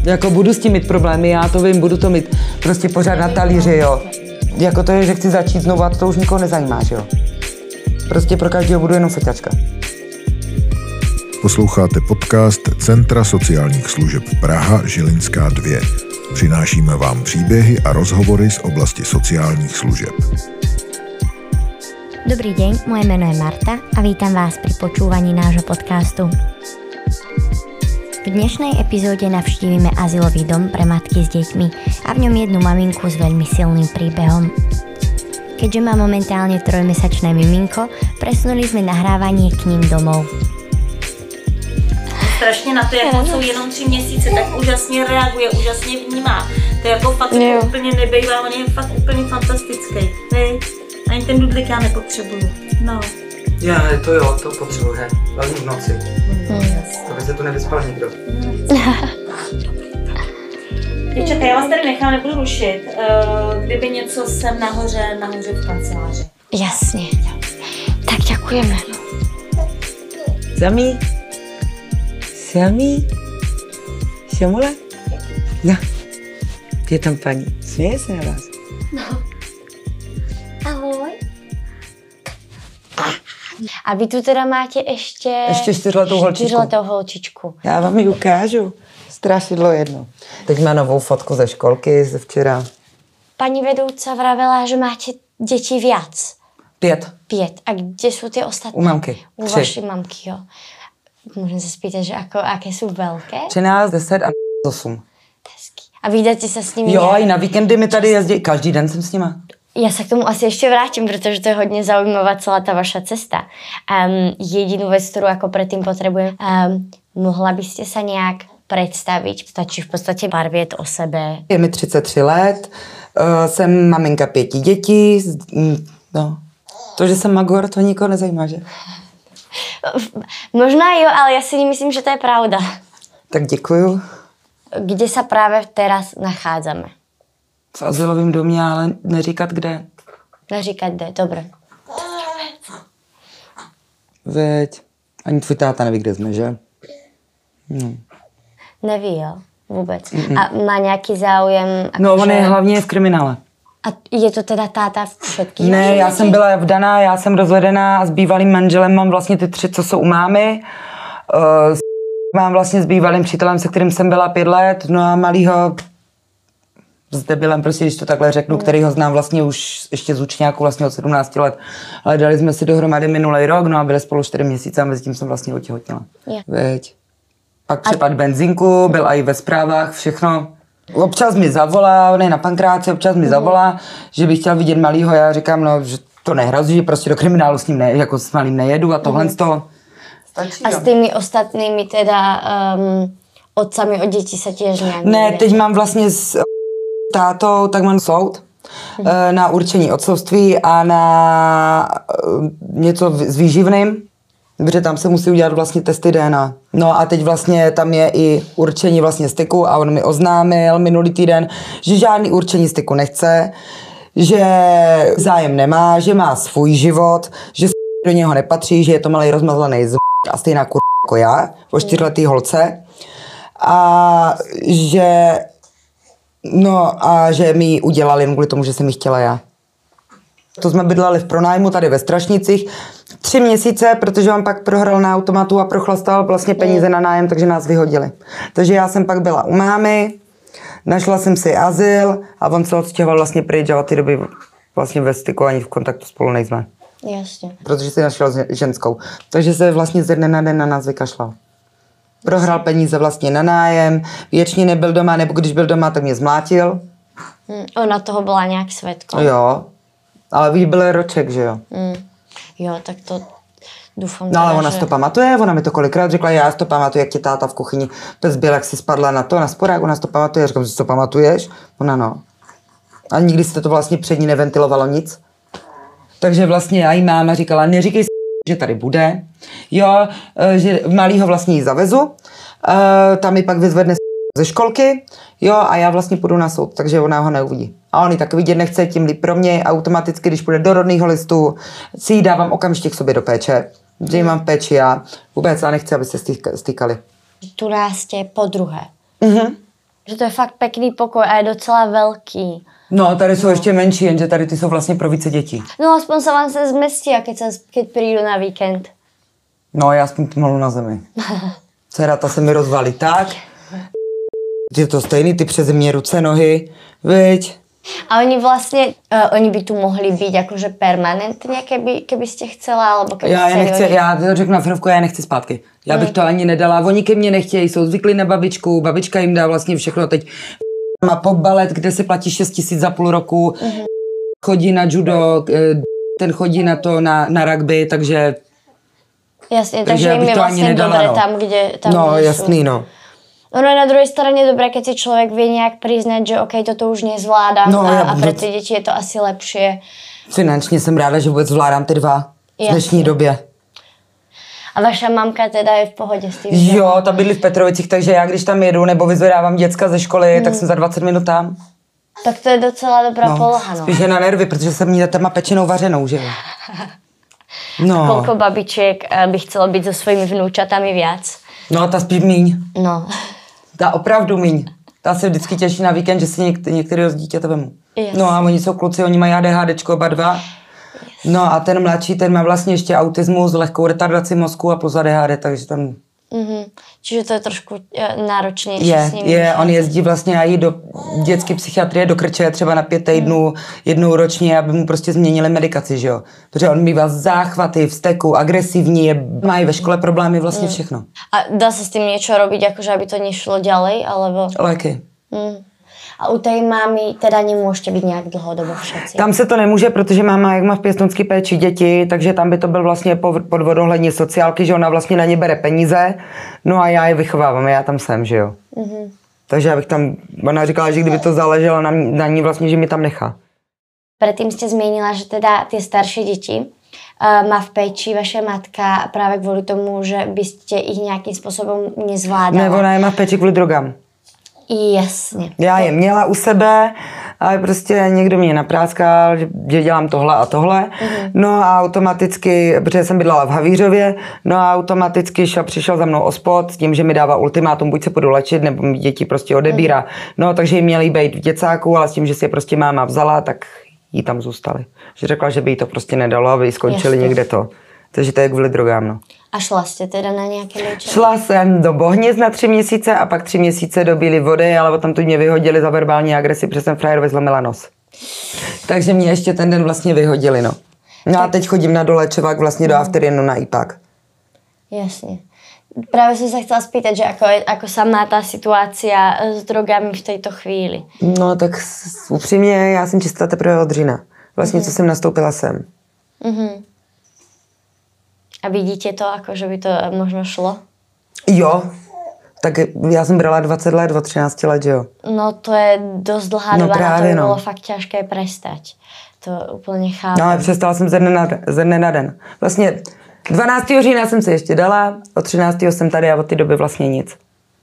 Jako budu s tím mít problémy, já to vím, budu to mít prostě pořád na talíři, jo. Jako to je, že chci začít znovu a to už nikoho nezajímá, že jo. Prostě pro každého budu jenom foťačka. Posloucháte podcast Centra sociálních služeb Praha Žilinská 2. Přinášíme vám příběhy a rozhovory z oblasti sociálních služeb. Dobrý deň, moje meno je Marta a vítam vás pri počúvaní nášho podcastu. V dnešnej epizóde navštívime azylový dom pre matky s deťmi a v ňom jednu maminku s veľmi silným príbehom. Keďže má momentálne 3-mesačné miminko, presunuli sme nahrávanie k ním domov. Strašně na to, jak jsou jenom 3 měsíce, tak úžasně reaguje, úžasně vnímá. To je jako fakt jako úplně nebejvá, on je fakt úplně fantastický. Ani ten dudlik já nepotřebuju. No. Já, to jo, to potřebuji, hlavně v noci. To by se tu nevyspal nikdo. Děvčata, já vás tady nechám, nebudu rušit. Kdyby něco jsem nahoře v kanceláři. Jasně. Tak děkujeme. Sami? Šamule? No. Je tam paní. Směje se na vás. No. Ahoj. A vy tu teda máte ještě 4letou holčičku. Já vám ji ukážu. Strašidlo jedno. Teď má novou fotku ze školky ze včera. Pani vedouca vravela, že máte děti viac. 5. A kde jsou ty ostatní? U mamky. U 3. vaší mamky, jo. Můžem se spýtat, že aké jsou velké? 13, 10 a 8. Hezký. A vídáte se s nimi? Jo, i na víkendy mi tady jezdí. Každý den jsem s nima. Já se k tomu asi ještě vrátím, protože to je hodně zaujímavá celá ta vaša cesta. Jedinou věc, kterou jako předtím potřebujeme, mohla byste se nějak představit? Stačí v podstatě pár vět o sebe. Je mi 33 let, jsem maminka 5 dětí. No. To, že jsem magor, to nikoho nezajímá, že? Možná jo, ale já si nemyslím, že to je pravda. Tak děkuju. Kde se právě teraz nacházíme? V azylovém domě, ale neříkat kde. Neříkat kde, dobré. Veď, ani tvůj táta neví, kde jsme, že? No. Neví, jo? Vůbec. A má nějaký záujem? No, on je hlavně v kriminále. A je to teda táta všetkých? Ne, já jsem byla vdaná, já jsem rozvedená a s bývalým manželem mám vlastně ty 3, co jsou u mámy. Mám vlastně s bývalým přítelem, se kterým jsem byla 5 let, no a malýho s debilem, prostě, když to takhle řeknu, který ho znám vlastně už ještě z učňáku vlastně od 17 let. Ale dali jsme si dohromady minulý rok, no a byli spolu 4 měsíce a mezi tím jsem vlastně otěhotněla. Veď. Pak přepad benzínku, byl i ve zprávách, všechno. Občas mi zavolá, on je na pankráci, občas mi zavolá, že bych chtěl vidět malýho, já říkám, no, že to nehrozí, že prostě do kriminálu s ním jako s malým nejedu a tohle z toho. A s těmi ostatními teda otcami od dětí se těž nějak ne, teď mám vlastně s tátou, tak mám soud na určení otcovství a na něco s výživným, protože tam se musí udělat vlastně testy DNA. No a teď vlastně tam je i určení vlastně styku a on mi oznámil minulý týden, že žádný určení styku nechce, že zájem nemá, že má svůj život, že do něho nepatří, že je to malej rozmazlený a stejná jako já, o 4letý holce. A že mi ji udělali kvůli tomu, že jsem ji chtěla já. To jsme bydleli v pronájmu tady ve Strašnicích 3 měsíce, protože on pak prohrál na automatu a prochlastal vlastně peníze na nájem, takže nás vyhodili. Takže já jsem pak byla u mámy, našla jsem si azyl a on se odstěhoval vlastně pryč a od té doby vlastně ve styku ani v kontaktu spolu nejsme. Jasně. Protože si našel ženskou. Takže se vlastně ze dne na den na nás vykašlal. Prohrál peníze vlastně na nájem, věčně nebyl doma, nebo když byl doma, tak mě zmlátil. Ona toho byla nějak svědkou. Jo, ale víš, byl roček, že jo. Jo, tak to doufám. No ale ona si to pamatuje, ona mi to kolikrát řekla, já si to pamatuju, jak tě táta v kuchyni byl, jak si spadla na sporák, ona si to pamatuje, říkám, že si to pamatuješ? Ona no. A nikdy si to vlastně před ní neventilovalo nic. Takže vlastně já jí máma říkala, neříkej si, že tady bude. Jo, že malýho vlastně jí zavezu, tam ji pak vyzvedne ze školky, jo, a já vlastně půjdu na soud, takže ona ho neuvidí. A on ji tak vidět nechce, tím líp pro mě, automaticky, když půjde do rodného listu, si ji dávám okamžitě k sobě do péče, že ji mám v péči já. Vůbec já nechci, aby se stýkali. Tu nás tě po druhé. Že to je fakt pekný pokoj a je docela velký. No, tady jsou ještě menší, jenže tady ty jsou vlastně pro více dětí. No, aspoň se vám se zmestí, keď přijdu na víkend. No, já aspoň tmalu na zemi. Dcera, ta se mi rozvalí tak. Je to stejný, ty přeze mě ruce, nohy, viď? A oni vlastně, oni by tu mohli být jakože permanentně, keby jste chcela, alebo keby já to řeknu na ferovku, já nechci zpátky. Já bych to ani nedala, oni ke mně nechtějí, jsou zvyklí na babičku, babička jim dá vlastně všechno teď. Má pop balet, kde se platí 6 000 za půl roku, chodí na judo, ten chodí na to, na rugby, takže... Jasně, takže jim je vlastně nedala, dobré tam, kde no, jasný, no. Ono je na druhé straně dobré, keď si člověk ví nějak přiznat, že OK, toto už nezvládám no, a pro ty děti je to asi lepší. Finančně jsem ráda, že vůbec zvládám ty dva v dnešní době. A vaša mamka teda je v pohodě s tím? Jo, ta bydlí v Petrovicích, takže já když tam jedu nebo vyzvedávám děcka ze školy, tak jsem za 20 minut tam. Tak to je docela dobrá poloha, no. Spíš je na nervy, protože jsem jí tam má pečenou vařenou, že jo. No. Koľko babičiek by chcelo být so svými vnúčatami viac? No, ta spíš míň. No. Ta opravdu míň. Ta se vždycky těší na víkend, že si některého z dítěte vemu. Yes. No a oni jsou kluci, oni mají ADHDčko oba dva. No a ten mladší, ten má vlastně ještě autismus, lehkou retardaci mozku a plus ADHD, takže tam... Čiže to je trošku náročnější s ním. On jezdí vlastně i do dětské psychiatrie, do Krče třeba na 5 týdnů, jednou ročně, aby mu prostě změnili medikaci, že jo. Protože on mývá záchvaty, vzteku, agresivní, má i ve škole problémy, vlastně všechno. A dá se s tím něco robiť, jakože aby to nešlo ďalej, alebo... Léky. A u té mámy teda nemůžete být nějak dlouhodobo všetci? Tam se to nemůže, protože máma, jak má v pěstounské péči děti, takže tam by to byl vlastně pod vodohlední sociálky, že ona vlastně na ně bere peníze, no a já je vychovávám, já tam jsem, že jo. Takže já bych tam, ona říkala, že kdyby to záleželo na ní vlastně, že mi tam nechá. Predtým jste zmínila, že teda ty starší děti má v péči vaše matka právě kvůli tomu, že byste ich nějakým způsobem nezvládala. Ne, ona je má v péči kvůli drogám. Jasně. Já je měla u sebe, ale prostě někdo mě napráskal, že dělám tohle a tohle. No a automaticky, protože jsem bydlela v Havířově, no a automaticky přišel za mnou ospod s tím, že mi dává ultimátum, buď se půjdu léčit, nebo mi děti prostě odebírá. No takže jim měli být v děcáku, ale s tím, že si je prostě máma vzala, tak jí tam zůstali. Že řekla, že by jí to prostě nedalo, aby jí skončili někde to. Takže to je kvůli drogám, no. A šla jste teda na nějaké léčení? Šla jsem do Bohnic na 3 měsíce a pak 3 měsíce do Bílé Vody, ale tam tu mě vyhodili za verbální agresi, protože jsem frajerovi zlomila nos. Takže mě ještě ten den vlastně vyhodili, no. No a teď chodím na doléčovák vlastně do Afterinu na IPAK. Jasně. Právě jsem se chtěla spýtať, že ako sa má ta situácia s drogami v této chvíli. No tak upřímně, já jsem čistá teprve od října. Vlastně, co jsem nastoupila sem. A vidíte to, ako že by to možno šlo? Jo, tak já jsem brala 20 let, od 13 let, jo. No to je dost dlhá doba, na to by bylo fakt těžké prestať. To úplně chápu. No ale přestala jsem ze dne na den. Vlastně 12. října jsem se ještě dala, od 13. jsem tady a od té doby vlastně nic.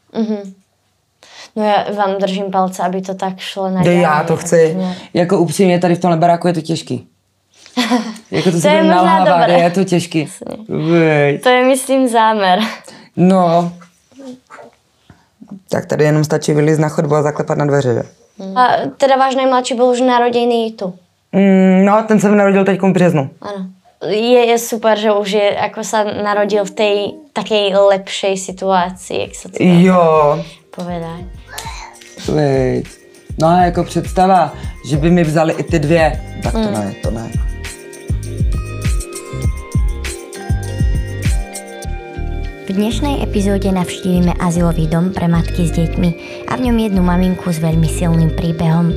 No já vám držím palce, aby to tak šlo nadále. Já to chci. Jako upřímně tady v tomhle baráku je to těžký. Jako to se budeme nalhávat, je to těžký. To je, myslím, zámer. No. Tak tady jenom stačí vylízt na chodbu a zaklepat na dveře, že? A teda váš nejmladší byl už narodený tu? No, ten se narodil teď v březnu. Ano. Je super, že už je, jako se narodil v té takej lepšej situaci, jak se to povedá. No a jako představa, že by mi vzali i ty 2, tak to ne. V dnešnej epizóde navštívime azylový dom pre matky s deťmi a v ňom jednu maminku s veľmi silným príbehom.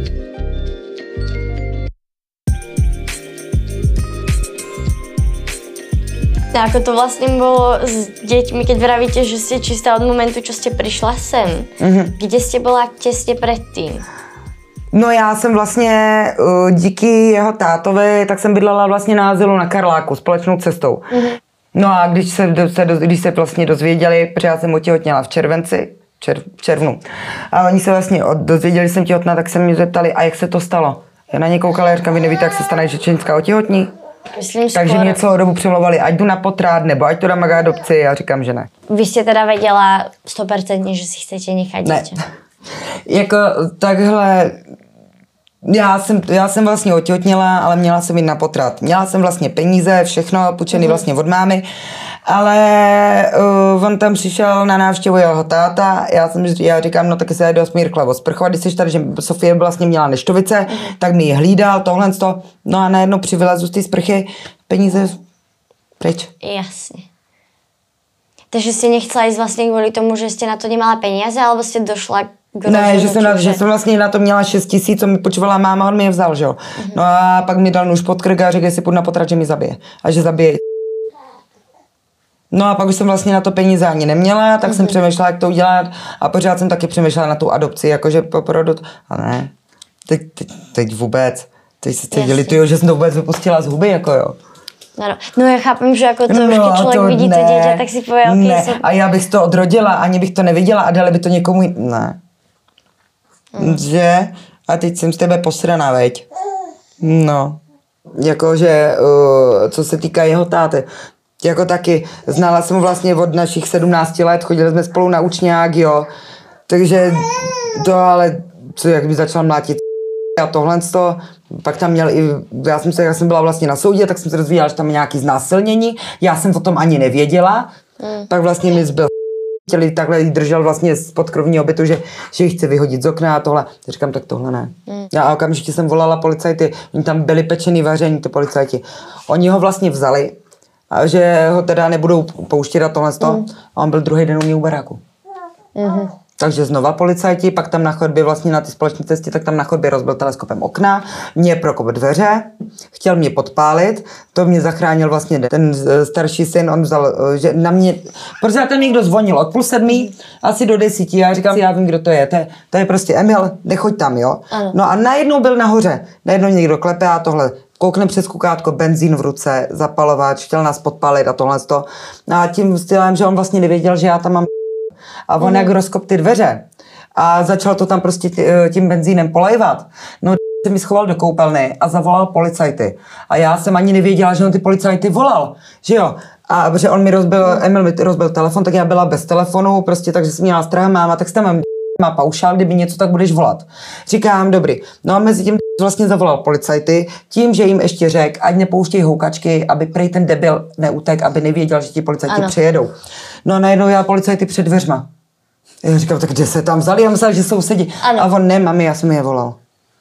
A ako to vlastne bolo s deťmi, keď vravíte, že ste čistá od momentu, čo ste prišla sem? Kde ste bola tesne predtým? No já jsem vlastně díky jeho tátovi, tak jsem bydlela vlastně na azylu na Karláku společnou cestou. No a když se vlastně dozvěděli, protože já jsem otěhotněla v červnu. A oni se vlastně dozvěděli, že jsem těhotná, tak se mě zeptali, a jak se to stalo? Já na ně koukala a říkám, vy nevíte, jak se stane, že ženská otěhotní? Takže mě celou dobu přemlouvali, ať jdu na potrat, nebo ať to dám k adopci, já říkám, že ne. Vy jste teda věděla 100%, že si chcete nechat dítě? Jako takhle, já jsem vlastně otěhotněla, ale měla jsem jít na potrat. Měla jsem vlastně peníze, všechno, půjčený vlastně od mámy, ale on tam přišel na návštěvu jeho táta, já říkám, no taky se jde do Smírkla osprchovat, když jsi tady, že Sofie vlastně měla neštovice, tak mi ji hlídal, tohle, no a najednou při vylezu z té sprchy, peníze pryč. Jasne. Takže ste nechcela ísť vlastne kvôli tomu, že ste na to nemala peniaze, alebo ste došla k Ne, že jsem vlastně na to měla 6 000, co mi počovala máma, on mi je vzal, že jo. No a pak mi dal nůž pod krk a řekl, jestli půjdu na potrat, že mi zabije. A že zabije. No a pak už jsem vlastně na to peníze ani neměla, tak jsem přemýšlela, jak to udělat a pořád jsem taky přemýšlela na tu adopci, jakože po porodu. A ne, teď vůbec. Teď se lituju, že jsem to vůbec vypustila z huby, jako jo. No já chápem, že jako to už, když člověk vidí to dítě, tak si povie, ok. A já bych to odrodila, ani bych to neviděla a dali by to někomu, ne. Že? A teď jsem z tebe posraná, veď. No. Jakože, co se týká jeho táty, jako taky, znala jsem ho vlastně od našich 17 let, chodili jsme spolu na učňák, jo. Takže to ale, co, jak by začala mlátit a tohle to, pak tam měl i, já jsem byla vlastně na soudě, tak jsem se dozvěděla, že tam je nějaký znásilnění, já jsem o tom ani nevěděla, tak vlastně mi zbyl chtěli takhle jí držel vlastně z podkrovního bytu, že ji chce vyhodit z okna a tohle. Říkám, tak tohle ne. Já okamžitě jsem volala policajty, oni tam byli pečený vaření, ty policajti. Oni ho vlastně vzali, a že ho teda nebudou pouštět a tohle a on byl druhý den u mě u baráku. Takže znova policajti, pak tam na chodbě vlastně na ty společné cestě, tak tam na chodbě rozbil teleskopem okna, mě prokop dveře, chtěl mě podpálit, to mě zachránil vlastně ten starší syn, on vzal, že na mě, protože tam někdo zvonil od 6:30 asi do 10, já říkám, já vím, kdo to je to je prostě Emil, nechoď tam, jo. No a najednou byl nahoře, najednou někdo klepe a tohle, koukne přes kukátko, benzín v ruce, zapalovač, chtěl nás podpálit a tohle to. A tím stylem, že on vlastně nevěděl, že já tam mám a on jak rozkop ty dveře a začal to tam prostě tím benzínem polejvat. No se mi schoval do koupelny a zavolal policajty. A já jsem ani nevěděla, že on ty policajty volal, že jo. A protože on mi Emil mi rozbil telefon, tak já byla bez telefonu, prostě takže jsem měla strach, máma, tak tam má paušál, kdyby něco, tak budeš volat. Říkám, dobrý. No a mezi tím vlastně zavolal policajty, tím, že jim ještě řekl, ať nepouštějí houkačky, aby prej ten debil neutek, aby nevěděl, že ti policajti přijedou. No a najednou já policajty před dveřma. Já říkám, tak kde se tam vzali? Já myslel, že sousedí. A on ne, mami, já jsem je volal.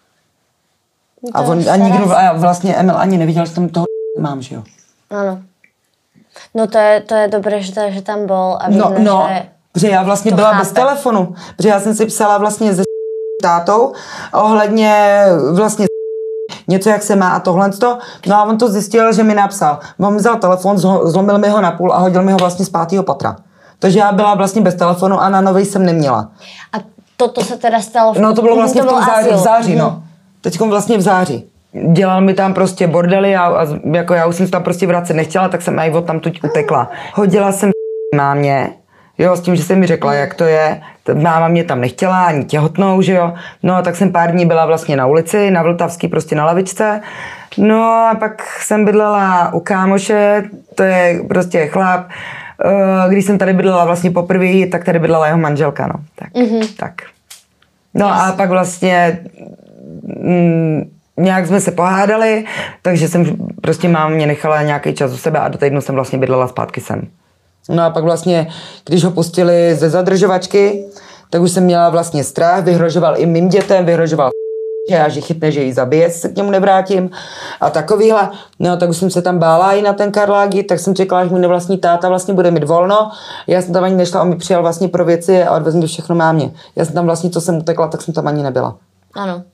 A nikdo, vlastně Emil ani neviděl, že tam toho mám, že jo. Ano. No to je dobré, že tam byl a vidíme, že... Protože já vlastně byla bez telefonu, protože já jsem si psala vlastně se tátou ohledně vlastně něco, jak se má a tohle. No a on to zjistil, že mi napsal. On vzal telefon, zlomil mi ho na půl a hodil mi ho vlastně z 5. patra. Takže já byla vlastně bez telefonu a na novej jsem neměla. A toto se teda stalo No to bylo vlastně v září, no. Teďkom vlastně v září. Dělal mi tam prostě bordely a jako já už jsem tam prostě vracet nechtěla, tak jsem aj od tam tuď utekla. Hodila jsem mámě, jo, s tím, že jsem mi řekla, jak to je. Máma mě tam nechtěla, ani těhotnou, že jo. No, tak jsem pár dní byla vlastně na ulici, na Vltavský, prostě na lavičce. No a pak jsem bydlela u kámoše, to je prostě chlap. Když jsem tady bydlela vlastně poprvé, tak tady bydlela jeho manželka, no. Tak. No a pak vlastně nějak jsme se pohádali, takže jsem prostě máma mě nechala nějaký čas u sebe a do týdnu jsem vlastně bydlela zpátky sem. No a pak vlastně, když ho pustili ze zadržovačky, tak už jsem měla vlastně strach, vyhrožoval i mým dětem, vyhrožoval že chytne, že ji zabije, se k němu nevrátím a takovýhle. No tak už jsem se tam bála i na ten Karlágy, tak jsem čekala, že můj nevlastní táta vlastně bude mít volno. Já jsem tam ani nešla, on mi přijel vlastně pro věci a odvezl mi všechno mámě. Já jsem tam vlastně, co jsem utekla, tak jsem tam ani nebyla. Ano.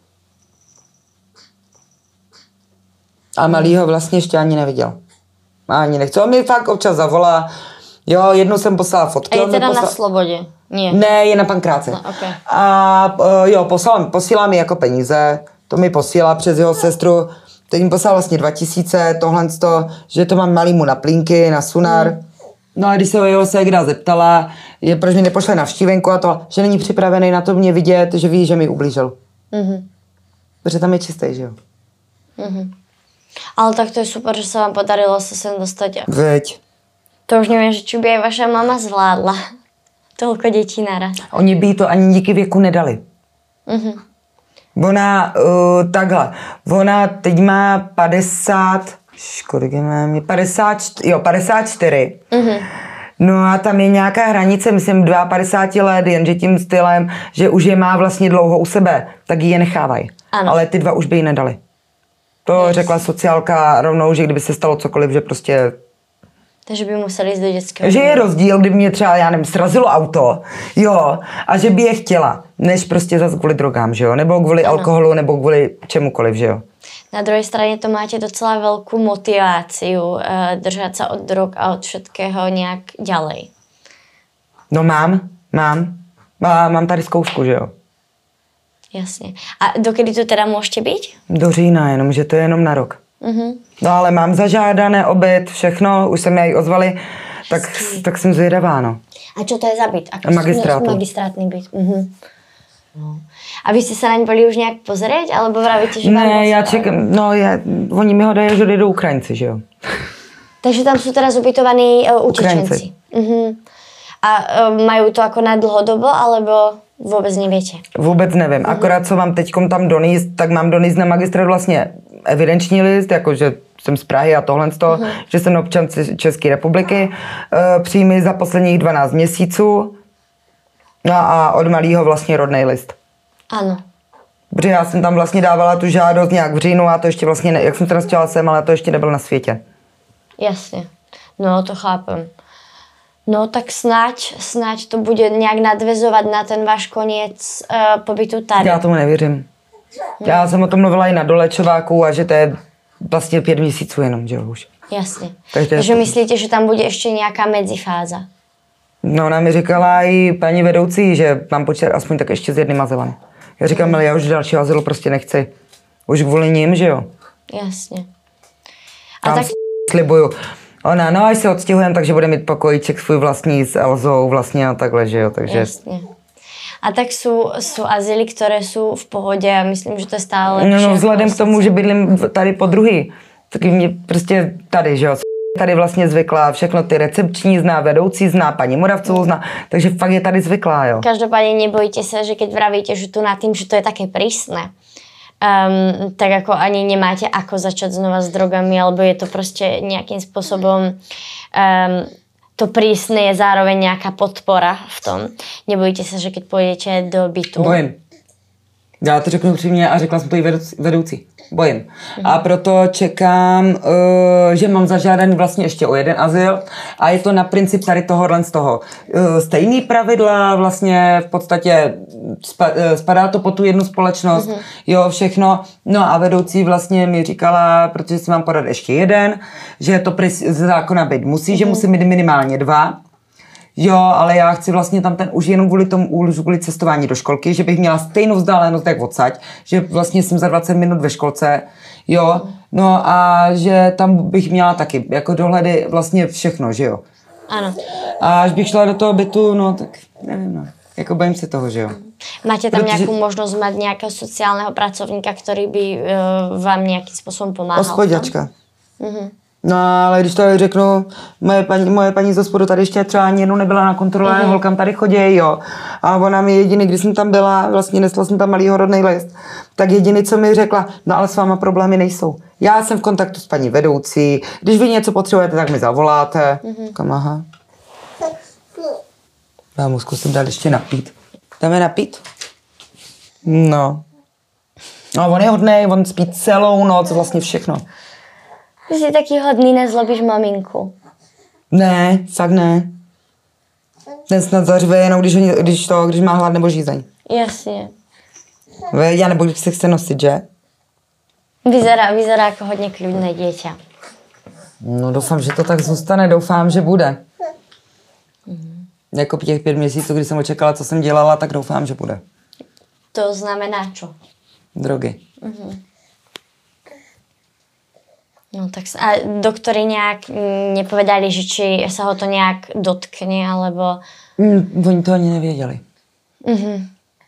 A malýho vlastně ještě ani neviděl. Ani nechce. On mi fakt občas zavolá. Jo, jednou jsem poslala fotky. A je teda na Slobodě? Nie. Ne, je na Pankráce. No, okay. A jo, posílá mi jako peníze, to mi posílá přes jeho sestru, teď mi poslal vlastně 2000, tohle, že to mám malýmu na plínky, na Sunar. No a když se o jeho ségra zeptala, proč mi nepošle navštívenku a to, že není připravený na to mě vidět, že ví, že mi ublížil. Protože tam je čistý, že jo. Ale tak to je super, že se vám podarilo se sem dostať. Veď. To už neviem, že či by aj vaša mama zvládla. Toľko detí naraz. Oni by to ani díky věku nedali. Ona, takhle, ona teď má 54. No a tam je nějaká hranice, myslím 52 let, jenže tím stylem, že už je má vlastně dlouho u sebe, tak ji je nechávají. Ale ty dva už by ji nedali. To řekla sociálka rovnou, že kdyby se stalo cokoliv, že prostě... Takže by museli jít do dětského. Že je rozdíl, kdyby mě třeba, já nevím, srazilo auto, jo, a že by je chtěla, než prostě zase kvůli drogám, že jo, nebo kvůli alkoholu, nebo kvůli čemukoliv, že jo. Na druhej strane to máte docela veľkú motiváciu držať sa od drog a od všetkého nejak ďalej. No mám tady zkoušku, že jo. Jasne. A dokedy tu teda môžete byť? Do října, jenom, že to je jenom na rok. No ale mám zažádané obyt, všechno, už se mi aj ozvali, tak jsem zvědavá, no. A čo to je za byt? Magistrátny byt. No. A vy ste sa naň boli už nejak pozrieť, alebo vravíte, že... Ne, já čekám, oni mi ho dají, že jdou Ukrajinci, že jo. Takže tam sú teraz ubytovaní utečenci. A majú to ako na dlhodobo, alebo vôbec neviete? Vůbec nevím, akorát co mám teďkom tam doníst, tak mám doníst na magistrát vlastně evidenční list, jakože jsem z Prahy a tohle z toho, že jsem občan České republiky, příjmy za posledních 12 měsíců, no a od malýho vlastně rodnej list. Ano. Protože já jsem tam vlastně dávala tu žádost nějak v říjnu a to ještě vlastně, jak jsem se nastěhovala sem, ale to ještě nebylo na světě. Jasně, no to chápem. No tak snáď to bude nějak nadvezovat na ten váš koniec pobytu tady. Já tomu nevěřím. Já jsem o tom mluvila i na dolečováku a že to je vlastně 5 měsíců jenom, že jo už. Jasně. Takže myslíte, že tam bude ještě nějaká medzifáza? No ona mi říkala i paní vedoucí, že mám počítat aspoň tak ještě s jedným azylem. Já říkám, ale já už dalšího azylu prostě nechci. Už kvůli ním, že jo. Jasně. A tam tak... slibuju. Ona, no až se odstěhujeme, takže bude mít pokojíček svůj vlastní s Elzou vlastně a takhle, že jo, takže... Jasně. A tak sú azyly, ktoré sú v pohode a myslím, že to je stále lepšie. No vzhledem k tomu, že bydlím tady po druhý, tak mě prostě tady, že jo, tady vlastně zvyklá, všechno ty recepční zná, vedoucí zná, paní Moravcovou zná, takže fakt je tady zvyklá, jo. Každopádně nebojíte sa, že keď vravíte, že tu nad tým, že to je také prísne, tak ako ani nemáte ako začať znova s drogami, alebo je to prostě nejakým spôsobom to prísne je zároveň nejaká podpora v tom. Nebojíte sa, že keď pôjdete do bytu? Bojím. Já to řeknu upřímně a řekla jsem to i vedoucí. Bojím. A proto čekám, že mám zažádaný vlastně ještě o jeden azyl a je to na princip tady tohohle z toho. Stejný pravidla vlastně v podstatě spadá to po tu jednu společnost, jo, všechno. No a vedoucí vlastně mi říkala, protože si mám podat ještě jeden, že to z zákona být musí, že musí mít minimálně 2. Jo, ale já chci vlastně tam ten už jenom kvůli cestování do školky, že bych měla stejnou vzdálenost jak odsaď, že vlastně jsem za 20 minut ve školce, jo, no a že tam bych měla taky jako dohledy vlastně všechno, že jo. Ano. A až bych šla do toho bytu, no tak nevím, no, jako bojím se toho, že jo. Máte tam nějakou možnost mít nějakého sociálního pracovníka, který by vám nějakým způsobem pomáhal? Hospodačka. No, ale když to řeknu, moje paní z hospodu tady ještě třeba ani jednou nebyla na kontrole, holkám tady chodí, jo. A ona mi jediný, když jsem tam byla, vlastně nesla jsem tam malýho rodnej list, tak jediný, co mi řekla, no ale s váma problémy nejsou. Já jsem v kontaktu s paní vedoucí, když vy něco potřebujete, tak mi zavoláte. Kam, aha. Já mu zkusím dát ještě napít. Dáme napít? No. No, on je hodnej, on spí celou noc, vlastně všechno. Ty jsi taky hodný, nezlobíš maminku. Ne, fakt ne. Ten snad zařve jenom, když má hlad nebo žízeň. Jasně. Já nebo když se chce nosit, že? Vyzerá jako hodně klidné dieťa. No doufám, že to tak zůstane, doufám, že bude. Jako těch 5 měsíců, kdy jsem očekala, co jsem dělala, tak doufám, že bude. To znamená čo? Drogy. No tak a doktori nejak nepovedali, že či sa ho to nejak dotkne, alebo... Oni to ani nevěděli.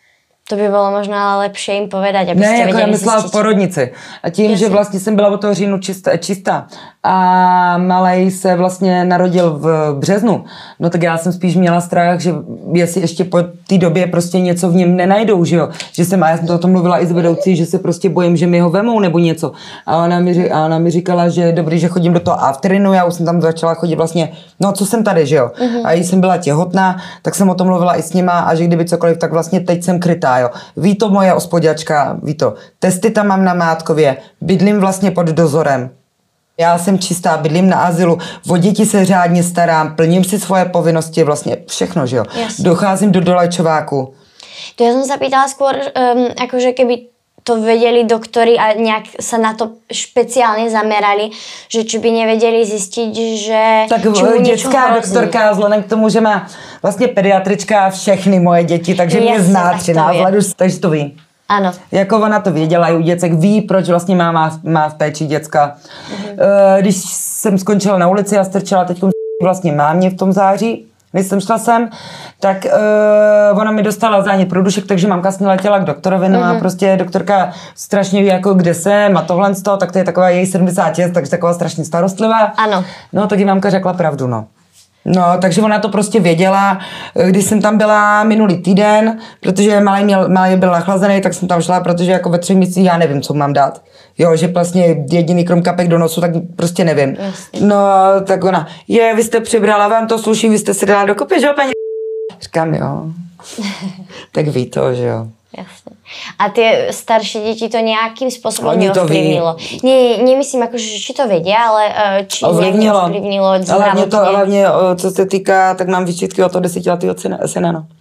To by bylo možná lepší jim povedať, aby ne, ste jako vedeli já myslela v zistiť. porodnici. A tím, že vlastně jsem byla od toho říjnu čistá a malej se vlastně narodil v březnu, no tak já jsem spíš měla strach, že jestli ještě po té době prostě něco v něm nenajdou, že jo. Že jsem, a já jsem to o tom mluvila i s vedoucí, že se prostě bojím, že mi ho vemou nebo něco. A ona mi říkala, že dobrý, že chodím do toho afterinu, já už jsem tam začala chodit vlastně, no co jsem tady, že jo. A když jsem byla těhotná, tak jsem o tom mluvila i s nima a že kdyby cokoliv, tak vlastně teď jsem krytá, jo. Ví to moje ospodňačka, ví to. Testy tam mám na Mátkově, bydlím vlastně pod dozorem. Já jsem čistá, bydlím na azylu, o děti se řádně starám, plním si svoje povinnosti, vlastně všechno, že jo. Jasne. Docházím do dolečováku. To ja som sa pýtala skôr, akože keby to vedeli doktori a nejak sa na to špeciálne zamerali, že či by nevedeli zistiť, že Tak či mu niečo dětská hrozí. doktorka, vzhledem k tomu, že má vlastně pediatrička všechny moje děti, takže mě Jasne, zná tak to 13 vie. let už, takže to ví. Áno. Jako ona to věděla i u děcek, ví, proč vlastně má v péči děcka. Když jsem skončila na ulici a strčila teď vlastně mámě v tom září, když jsem šla sem, tak ona mi dostala zánět průdušek, takže mamka s ní letěla k doktorovi, no a prostě doktorka strašně ví, jako kde jsem a tohle z toho, tak to je taková její 76, takže taková strašně starostlivá. Ano. No, tak jí mamka řekla pravdu, no. No, takže ona to prostě věděla, když jsem tam byla minulý týden, protože malý byl nachlazený, tak jsem tam šla, protože jako ve 3 měsících já nevím, co mám dát. Jo, že vlastně jediný krom kapek do nosu, tak prostě nevím. Jasně. No, tak ona, vy jste přibrala, vám to sluší, vy jste si dala dokopy, že jo, paní? Říkám, jo. Tak ví to, že jo. Jasne. A tie staršie deti to nejakým spôsobom Oni to neovplyvnilo? Nemyslím, akože, či to vedia, ale či Ovlivnilo. zdravotne. Hlavně, co se týká, tak mám výčitky od toho 10letého syna, no.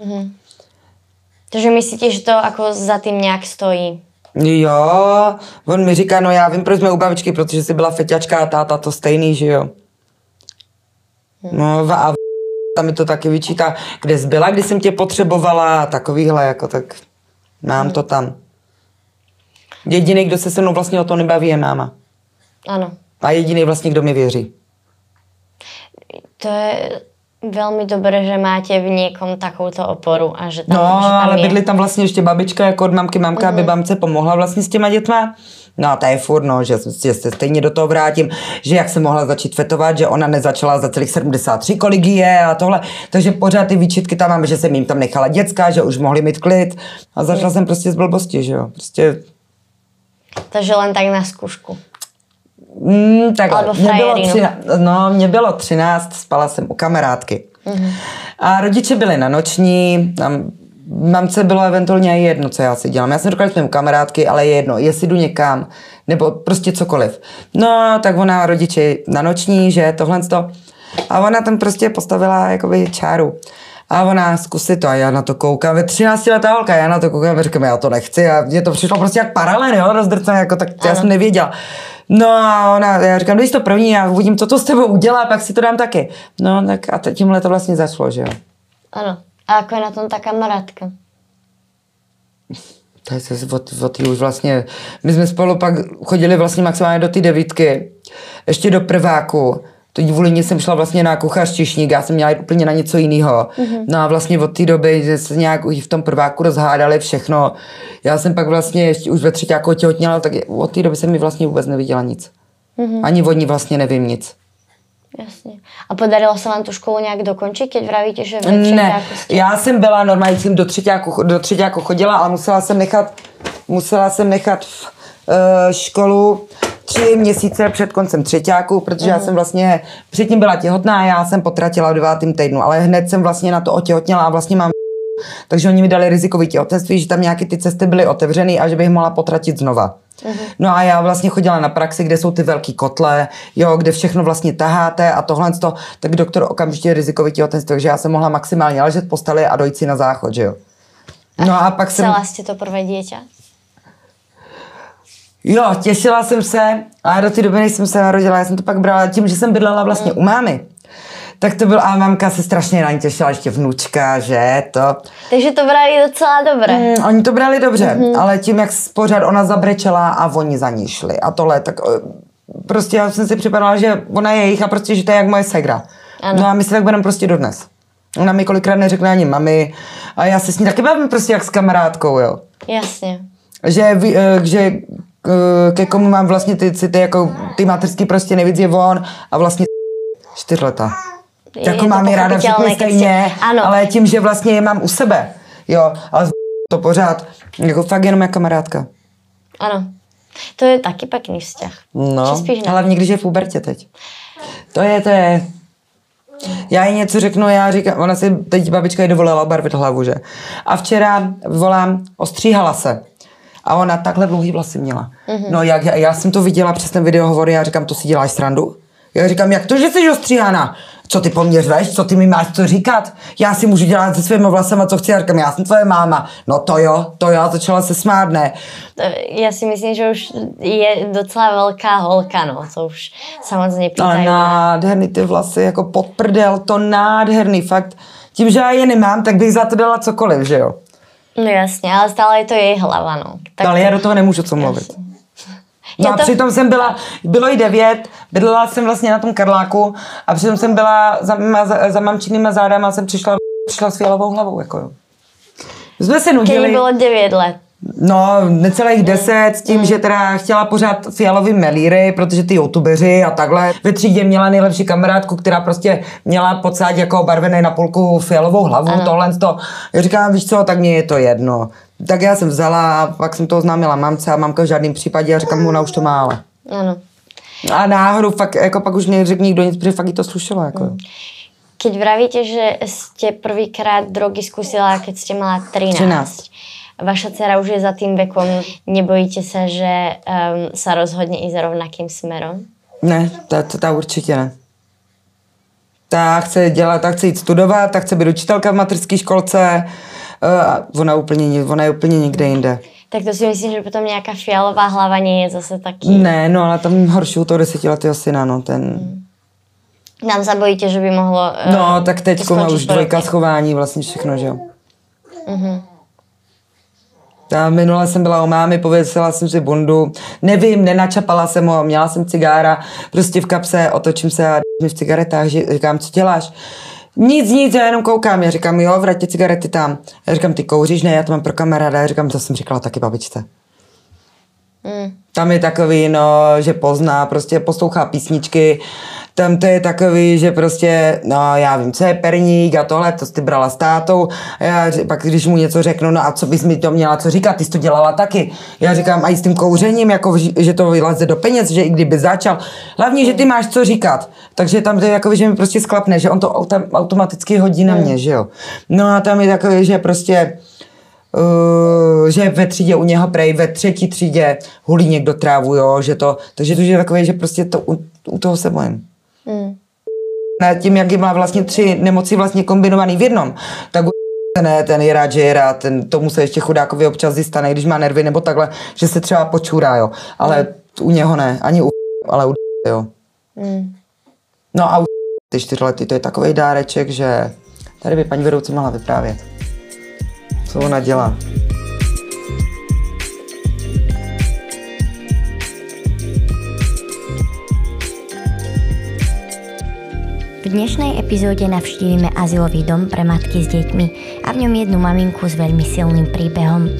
Takže myslíte, že to ako za tým nejak stojí? Jo, on mi říká, no já vím, proč jsme u babičky, protože jsi byla feťačka a táta to stejný, že jo. No a tam mi to taky vyčítá, kde jsi byla, když jsem tě potřebovala a takovýhle, jako tak mám to tam. Jediný, kdo se mnou vlastně o to nebaví, je máma. Áno. A jediný vlastně, kdo mi věří. To je veľmi dobré, že máte v niekom takouto oporu a že tam, No, že tam ale je. bydli tam vlastně ještě babička, jako od mamky, mamka, aby mamce pomohla vlastně s těma dětma. No a to je furt, no, že se stejně do toho vrátím, že jak jsem mohla začít fetovat, že ona nezačala za celých 73, kolik je a tohle. Takže pořád ty výčitky tam mám, že jsem jim tam nechala děcka, že už mohli mít klid. A začala jsem prostě z blbosti, že jo. Prostě... Takže len tak na skúšku. Takhle, Alebo mě bylo 13, spala jsem u kamarádky. A rodiče byli na noční, tam mamce bylo eventuálně jedno, co já si dělám. Já jsem říkala, že jsme u kamarádky, ale je jedno, jestli jdu někam, nebo prostě cokoliv. No, tak ona rodiče na noční, že tohle to. A ona tam prostě postavila jakoby čáru. A ona zkusí to a já na to koukám, ve 13letá holka, já na to koukám a říkám, já to nechci a mně to přišlo prostě jak paralel, jo, rozdrcené, jako tak já jsem nevěděla. No a já říkám, když to první, já uvidím, co to s tebou udělá, pak si to dám taky. No tak a tímhle to vlastně začalo, že jo. Áno. A ako je na tom tá kamarádka? To je od tý už vlastně, my jsme spolu pak chodili vlastně maximálně do té 9, ještě do prváku. To kvůli ní jsem šla vlastně na kuchař-čišník, já jsem měla jít úplně na něco jiného. No a vlastně od té doby, že se nějak v tom prváku rozhádali všechno. Já jsem pak vlastně ještě už ve 3. těhotněla, tak od té doby jsem mi vlastně vůbec neviděla nic. Ani od ní vlastně nevím nic. Jasne. A podarilo sa vám tú školu nejak dokončiť, keď vravíte, že ve Ne, já jsem byla normálně, jsem do třetíku chodila, ale musela jsem nechat školu 3 měsíce před koncem třetíku, protože já jsem vlastně předtím byla těhotná a já jsem potratila v 9. týdnu, ale hned jsem vlastně na to otěhotněla a vlastně mám takže oni mi dali rizikový těhotenství, že tam nějaké ty cesty byly otevřený a že bych mohla potratit znova. No a já vlastně chodila na praxi, kde jsou ty velký kotle, jo, kde všechno vlastně taháte a tohle to, tak doktor okamžitě rizikový těhotenství, takže já jsem mohla maximálně ležet v posteli a dojít si na záchod, že jo. No a pak jsem... Chcela ste to prvé dieťa? Jo, těšila jsem se, ale do té doby, než jsem se narodila, já jsem to pak brala tím, že jsem bydlela vlastně u mámy. Tak to byl, a mamka se strašně na ní těšila, ještě vnučka, že to. Takže to brali docela dobré. Oni to brali dobře, ale tím, jak pořád ona zabrečela a oni za ní šli a tohle, tak prostě já jsem si připadala, že ona je jejich a prostě, že to je jak moje segra. Ano. No a my se tak budeme prostě dodnes. Ona mi kolikrát neřekne ani mami a já se s ní taky bavím prostě jak s kamarádkou, jo. Jasně. Že ke komu mám vlastně ty jako ty materský prostě nejvíc je on a vlastně 4 leta. Jako mám je ráda všichni stejně, ale tím, že vlastně je mám u sebe, jo, ale to pořád, jako fakt jenom jak kamarádka. Ano, to je taky pekný vzťah. No, hlavně když je v pubertě teď. To je. Já jí něco řeknu, já říkám, ona si teď babička jí dovolila barvit hlavu, že? A včera volám, ostříhala se. A ona takhle dlouhý vlasy měla. No já jsem to viděla přes ten videohovor, já říkám, to si děláš srandu? Já říkám, jak to, že jsi ostříhána? Co ty po mně řveš? Co ty mi máš co říkat? Já si můžu dělat se svými vlasama, co chci. Já říkám, já jsem tvoje máma. No to jo, začala se smát, ne? Já si myslím, že už je docela velká holka, no. To už samozřejmě nepýtají. A nádherný ty vlasy, jako pod prdel, to nádherný, fakt. Tím, že já je nemám, tak bych za to dala cokoliv, že jo? No jasně, ale stále je to její hlava, no. Tak ale já do toho nemůžu co mluvit. No a přitom jsem bylo jí 9, bydlela jsem vlastně na tom Karláku a přitom jsem byla za mamčinýma zádama a jsem přišla s fialovou hlavou, jako jo. Jsme se nudili. Když bylo 9 let. No, necelých 10 s tím, že teda chtěla pořád fialový melíry, protože ty youtubeři a takhle. Ve třídě měla nejlepší kamarádku, která prostě měla pocát jako barvený na půlku fialovou hlavu, tohle to. Já říkám, víš co, tak mně je to jedno. Tak já jsem vzala a pak jsem to oznámila mamce a mamka v žádném případě a říkám, ona už to má, ale. Ano. A náhodou fakt, jako pak už neřekl nikdo nic, protože fakt jí to slušelo, jako. Keď vravíte, že ste prvýkrát drogy skúsila, keď ste mala 13. Vaša dcera už je za tým vekom. Nebojíte sa, že sa rozhodne ísť rovnakým smerom? Ne, ta určitě ne. Ta chce jít studovat, ta chce být učitelka v materské školce. Ona je úplně někde jinde. Tak to si myslím, že potom nějaká fialová hlava nie je zase taky... Ne, no ale tam horší u toho 10letého syna, no ten... Tam se bojíte, že by mohlo... No, tak teďko má už 2 schování, vlastně všechno, že jo. Ta minule jsem byla u mámy, pověsila jsem si bundu, nevím, nenačapala jsem ho, měla jsem cigára, prostě v kapse, otočím se a mi v cigaretách, říkám, co děláš? Nic, já jenom koukám, já říkám, jo, vraťte cigarety tam. Já říkám, ty kouříš, ne, já to mám pro kamaráda, já říkám, to jsem říkala taky babičce. Tam je takový, no, že pozná, prostě poslouchá písničky, tam to je takový, že prostě, no já vím, co je perník a tohle, to jsi ty brala s tátou a já pak, když mu něco řeknu, no a co bys mi to měla co říkat, ty jsi to dělala taky. Já říkám, a i s tím kouřením, jako, že to vyleze do peněz, že i kdyby začal, hlavně, že ty máš co říkat, takže tam to je takový, že mi prostě sklapne, že on to automaticky hodí na mě, že jo. No a tam je takový, že prostě že ve třídě u něho prej, ve 3. třídě hulí někdo trávu, jo, že to, takže to je takový, že prostě to, u toho se bojím. Tím, jak má vlastně 3 nemoci vlastně kombinovaný v jednom, tak ne, ten je rád, že je rád, tomu se ještě chudákovi občas zjistane, když má nervy nebo takhle, že se třeba počůrá, jo, ale u něho ne, ani ale u jo. No a u ty 4letý, to je takovej dáreček, že tady by paní vedoucí mohla vyprávět. Co ona dělá? V dnešnej epizóde navštívime azylový dom pre matky s deťmi a v ňom jednu maminku s veľmi silným príbehom.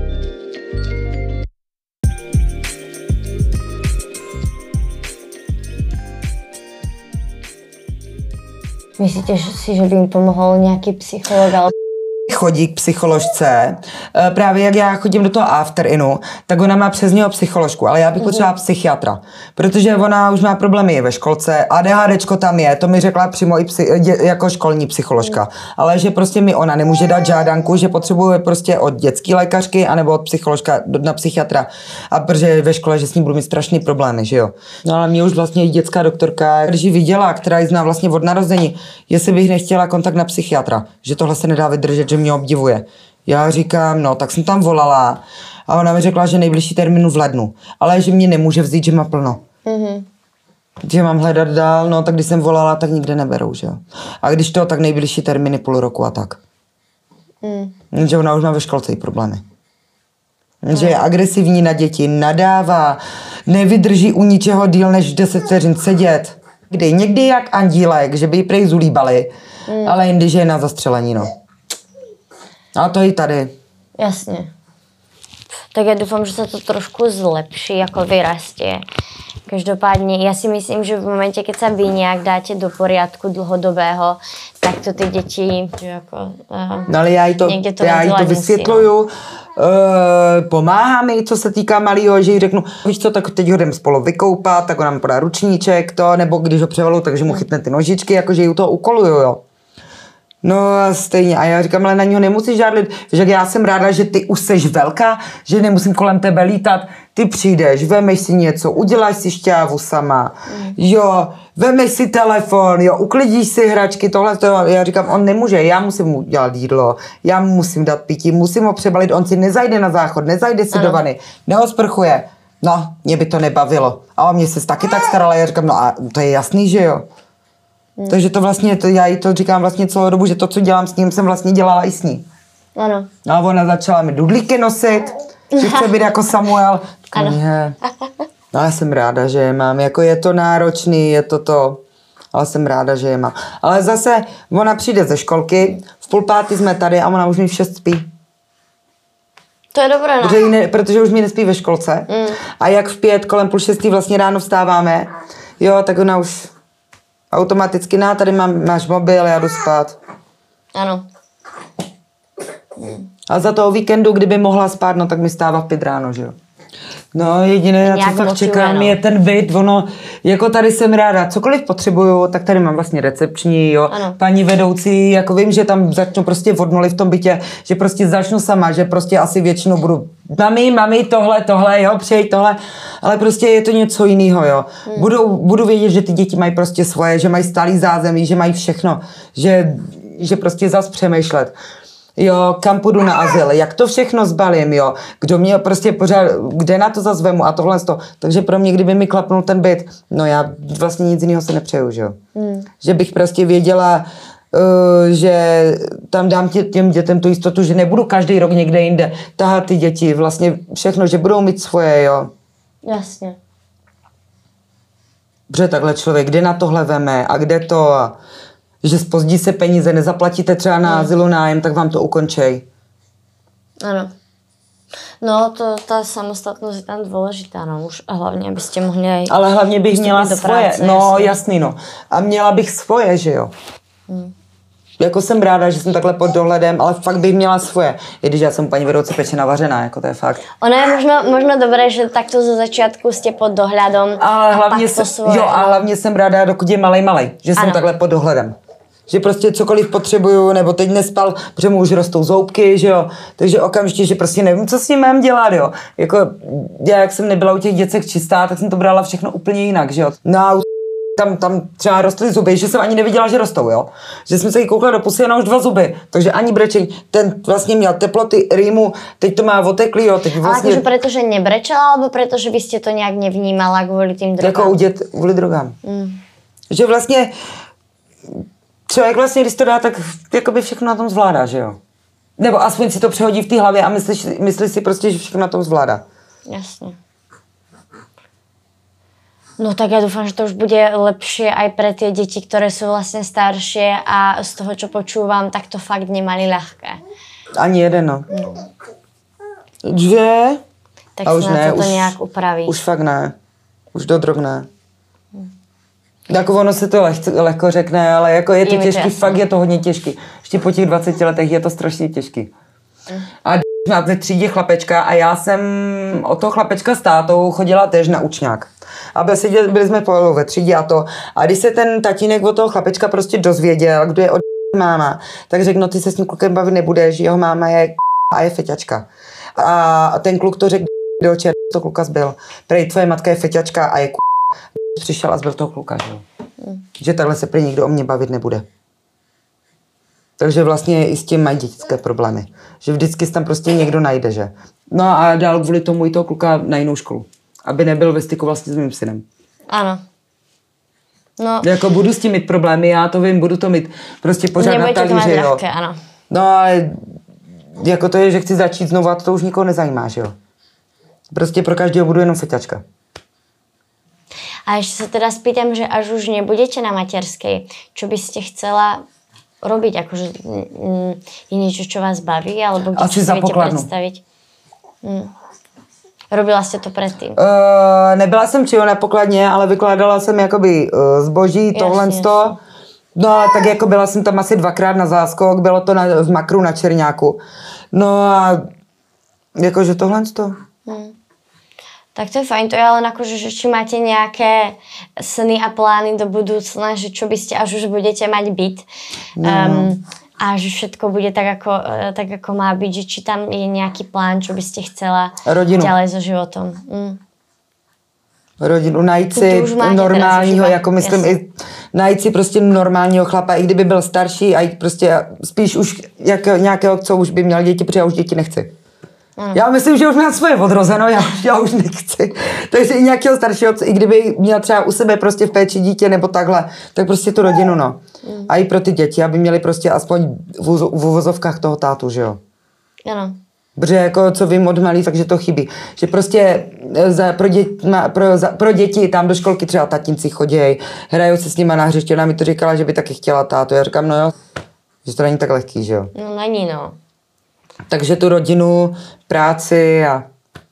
Myslíte si, že by im pomohol nejaký psycholog alebo chodí k psycholožce. Právě jak já chodím do toho after-inu, tak ona má přes něho psycholožku, ale já bych potřebovala psychiatra, protože ona už má problémy ve školce, ADHDčko tam je, to mi řekla přímo i jako školní psycholožka, ale že prostě mi ona nemůže dát žádanku, že potřebuje prostě od dětské lékařky anebo od psycholožka na psychiatra, a protože ve škole, že s ním budu mít strašný problémy, že jo. No ale mě už vlastně i dětská doktorka, když ji viděla, která ji zná vlastně od narození, jestli bych nechtěla kontakt na psychiatra, že tohle se nedá vydržet, že mě obdivuje. Já říkám, no, tak jsem tam volala a ona mi řekla, že nejbližší termín v lednu, ale že mě nemůže vzít, že má plno. Že mám hledat dál, no, tak když jsem volala, tak nikde neberou, že jo. A když to, tak nejbližší termíny půl roku a tak. Že ona už má ve školce i problémy. Že je agresivní na děti, nadává, nevydrží u ničeho díl než 10 vteřin sedět. Kdy někdy jak andílek, že by ji prej zulíbali, ale jindy, že je na zastřelení, no. A to i tady. Jasně. Tak já doufám, že se to trošku zlepší, jako vyrastie. Každopádně, já si myslím, že v momentě, keď sa vy nějak dáte do poriadku dlhodobého, tak to ty děti, že jako, no ale já jí to vysvětluju, pomáhá mi, co se týká malýho, že jí řeknu, víš co, tak teď ho jdem spolu vykoupat, tak ona mi podá ručníček, to, nebo když ho převalu, takže mu chytne ty nožičky, jakože jí u toho ukoluju, jo. No stejně, a já říkám, ale na něho nemusíš žádlit, že já jsem ráda, že ty už seš velká, že nemusím kolem tebe lítat, ty přijdeš, vemeš si něco, uděláš si šťávu sama, jo, vemeš si telefon, jo, uklidíš si hračky, tohle, já říkám, on nemůže, já musím mu dělat jídlo, já mu musím dát pití, musím ho přebalit, on si nezajde na záchod, nezajde si do vany, neosprchuje, no, mě by to nebavilo, a o mě se taky tak starala, já říkám, no a to je jasný, že jo. Takže to vlastně, já jí to říkám vlastně celou dobu, že to, co dělám s ním, jsem vlastně dělala i s ní. Ano. No a ona začala mi dudlíky nosit, že chce být jako Samuel. Ano. No já jsem ráda, že je mám, jako je to náročný, je to, ale jsem ráda, že je mám. Ale zase ona přijde ze školky, v 5:30 jsme tady a ona už mi v 6 spí. To je dobré, no. Protože už mi nespí ve školce. A jak v 5, kolem 5:30 vlastně ráno vstáváme, jo, tak ona už automaticky, tady máš mobil, já jdu spát. Ano. A za toho víkendu, kdyby mohla spát, no tak mi stává v 5 ráno, že jo. No jediné, na co fakt motivuje, čekám, je ten byt, ono, jako tady jsem ráda, cokoliv potřebuju, tak tady mám vlastně recepční, jo, ano. Paní vedoucí, jako vím, že tam začnu prostě od nuly v tom bytě, že prostě začnu sama, že prostě asi většinou budu, mami, tohle, jo, přejď tohle, ale prostě je to něco jiného, jo. Budu vědět, že ty děti mají prostě svoje, že mají stálý zázemí, že mají všechno, že prostě zas přemýšlet. Jo, kam půjdu na azyl, jak to všechno zbalím, jo, kdo mě prostě pořád, kde na to zase vemu a tohle to. Takže pro mě, kdyby mi klapnul ten byt, no já vlastně nic jiného se nepřeju, že jo. Že bych prostě věděla, že tam dám těm dětem tu jistotu, že nebudu každý rok někde jinde tahat ty děti, vlastně všechno, že budou mít svoje, jo. Jasně. Protože takhle člověk, kde na tohle veme a kde to a že zpozdí se peníze, nezaplatíte třeba na azylu nájem, tak vám to ukončej. Ano. No, ta samostatnost je tam důležitá, no, už a hlavně, abyste mohli... Ale hlavně bych měla svoje, práce, no jasný, no. A měla bych svoje, že jo. Jako jsem ráda, že jsem takhle pod dohledem, ale fakt bych měla svoje. I když já jsem paní vedoucí pečená vařená, jako to je fakt. Ono je možno dobré, že takto ze začátku jste pod dohledem ale hlavně pak to svoje. Jo, a hlavně jsem ráda, dokud je malej, že jsem takhle pod dohledem. Že prostě cokoliv potřebuju, nebo teď nespal, protože mu už rostou zoubky, že jo. Takže okamžitě, že prostě nevím, co s ním mám dělat, jo. Jako já, jak jsem nebyla u těch děcek čistá, tak jsem to brala všechno úplně jinak, že jo. No a tam třeba rostly zuby, že jsem ani neviděla, že rostou, jo. Že jsem se jí koukla do pusy, jenom už 2 zuby. Takže ani brečení. Ten vlastně měl teploty, rýmu, teď to má oteklý, jo. Teď vlastně... Ale akože pretože nebrečela, alebo pretože vy ste to nějak nevnímala kvůli tým drogám? Jako kvůli drogám. Že vlastně člověk vlastně, když to dá, tak jakoby všechno na tom zvládá, že jo. Nebo aspoň si to přehodí v té hlavě a myslí si prostě, že všechno na tom zvládá. Jasně. No tak ja dúfam, že to už bude lepšie aj pre tie deti, ktoré sú vlastne staršie a z toho, čo počúvam, tak to fakt nemali ľahké. Ani jeden, no. Že? Tak a už ne, to nějak upraví. Už fakt ne. Už do drog ne. Jako ono se to lehko řekne, ale jako je to těžký, fakt je to hodně těžký. Ještě po těch 20 letech je to strašně těžký. A má ve třídě chlapečka a já jsem od toho chlapečka s tátou chodila též na učňák. A byli jsme spolu ve třídě a to. A když se ten tatínek od toho chlapečka prostě dozvěděl, kdo je od máma, tak řekl, no ty se s tím klukem bavit nebudeš, jeho máma je a je feťačka. A ten kluk to řekl, do čerta to kluka zbyl. Prej, tvoje matka je feťačka a je přišel a zbyl toho kluka, že? Že takhle se prý nikdo o mě bavit nebude. Takže vlastně i s tím mají dětské problémy. Že vždycky tam prostě někdo najde, že? No a dál kvůli tomu i toho kluka na jinou školu. Aby nebyl ve styku vlastně s mým synem. Ano. No. Jako budu s tím mít problémy, já to vím, budu to mít prostě pořád na talíři, jo. Ľahké, ano. No ale jako to je, že chci začít znovu a to už nikoho nezajímá, že jo. Prostě pro každého budu jenom feťačka. A A ešte sa teda spýtam, že až už nebudete na materskej, čo by ste chcela robiť? Akože je niečo, čo vás baví? Alebo kde si viete predstaviť? Robila jste to předtím? Nebyla jsem na pokladně, ale vykládala jsem jakoby zboží, tohle. No a tak jako byla jsem tam asi 2krát na záskok, bylo to v Makru na Čerňáku. No a jakože tohle. Tak to je fajn, to je ale akože, že či máte nejaké sny a plány do budúcna, že čo by ste, až už budete mať byt a že všetko bude tak ako má byť, že či tam je nejaký plán, čo by ste chcela ďalej so životom. Rodinu, najít si normálního, jako myslím i najít si prostě normálního chlapa, i kdyby byl starší a jít prostě spíš už nějakého, co už by měl děti, protože já už děti nechci. Já myslím, že už mám svoje odrozeno, já už nechci. Takže i nějakého staršího, i kdyby měl třeba u sebe prostě v péči dítě nebo takhle, tak prostě tu rodinu, no. A i pro ty děti, aby měli prostě aspoň v uvozovkách toho tátu, že jo. Ano. Protože jako co vím od malý, takže to chybí. Že prostě pro děti tam do školky třeba tatínci chodějí, hrajou se s nima na hřiště, ona mi to říkala, že by taky chtěla tátu. Já říkám, no jo, že to není tak lehký, že jo. No není, no. Takže tu rodinu, práci a...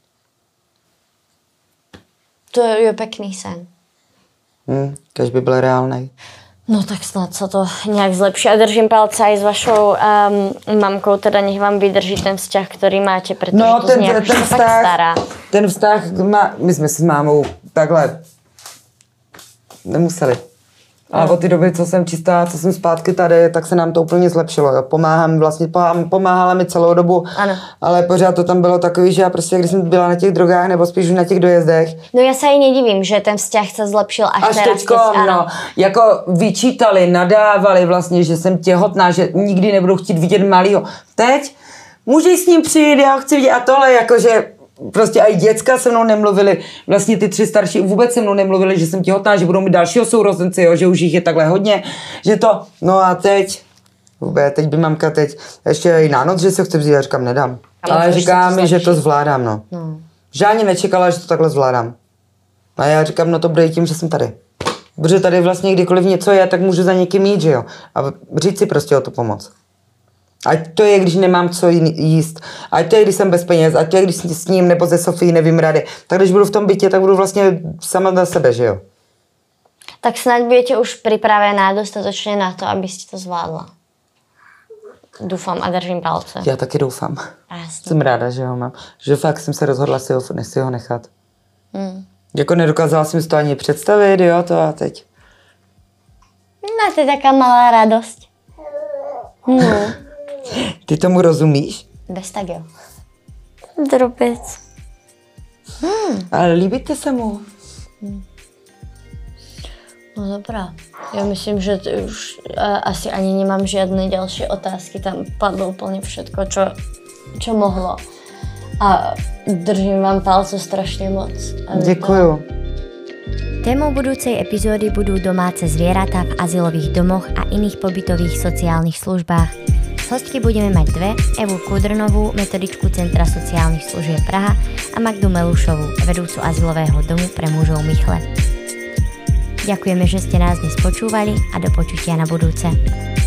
To je pekný sen. Kež by byl reálnej. No tak snad sa to nejak zlepší. A držím palce aj s vašou mamkou, teda nech vám vydrží ten vzťah, ktorý máte, pretože no, to znie už fakt stará. Ten vztah, my jsme s mámou takhle nemuseli. Ale od té doby, co jsem čistá, co jsem zpátky tady, tak se nám to úplně zlepšilo. Jo. Pomáhala mi celou dobu, ano. Ale pořád to tam bylo takový, že já prostě, když jsem byla na těch drogách nebo spíš už na těch dojezdech. No já se i nedivím, že ten vzťah se zlepšil až teraz. Teďko, no, jako vyčítali, nadávali vlastně, že jsem těhotná, že nikdy nebudu chtít vidět malýho. Teď můžeš s ním přijít, já chci vidět a tohle, jakože prostě i děcka se mnou nemluvili, vlastně ty 3 starší vůbec se mnou nemluvili, že jsem těhotná, že budou mít dalšího sourozence, jo, že už jich je takhle hodně, že to, no a teď by mamka ještě i na noc, že se chce vzít, já říkám, nedám. Ale říká mi, že to zvládám, no. Že ani nečekala, že to takhle zvládám. A já říkám, no to bude i tím, že jsem tady. Protože tady vlastně kdykoliv něco je, tak můžu za někým jít, že jo. A říct si prostě o tu pomoc. Ať to je, když nemám co jíst, ať to je, když jsem bez peněz, ať to je, když s ním nebo ze Sofii nevím rady. Tak když budu v tom bytě, tak budu vlastně sama na sebe, že jo? Tak snad budete už připravená dostatočně na to, abyste to zvládla. Doufám a držím palce. Já taky doufám. Jasně. Jsem ráda, že ho mám. Že fakt jsem se rozhodla si ho nechat. Jako nedokázala jsem si to ani představit, jo, to a teď. No to je taká malá radost. Ty tomu rozumíš? Bez tak jo. Drobec. Ale líbíte se mu? No dobrá. Já myslím, že už asi ani nemám žiadne ďalšie otázky. Tam padlo úplně všetko, čo mohlo. A držím vám palce strašně moc. Děkuju. Témou budúcej epizódy budú domáce zvieratá v azylových domoch a iných pobytových sociálnych službách. Z hostky budeme mať dve, Evu Kudrnovú, metodičku Centra sociálnych služieb Praha a Magdu Melušovú, vedúcu azylového domu pre mužov Michle. Ďakujeme, že ste nás dnes počúvali a do počutia na budúce.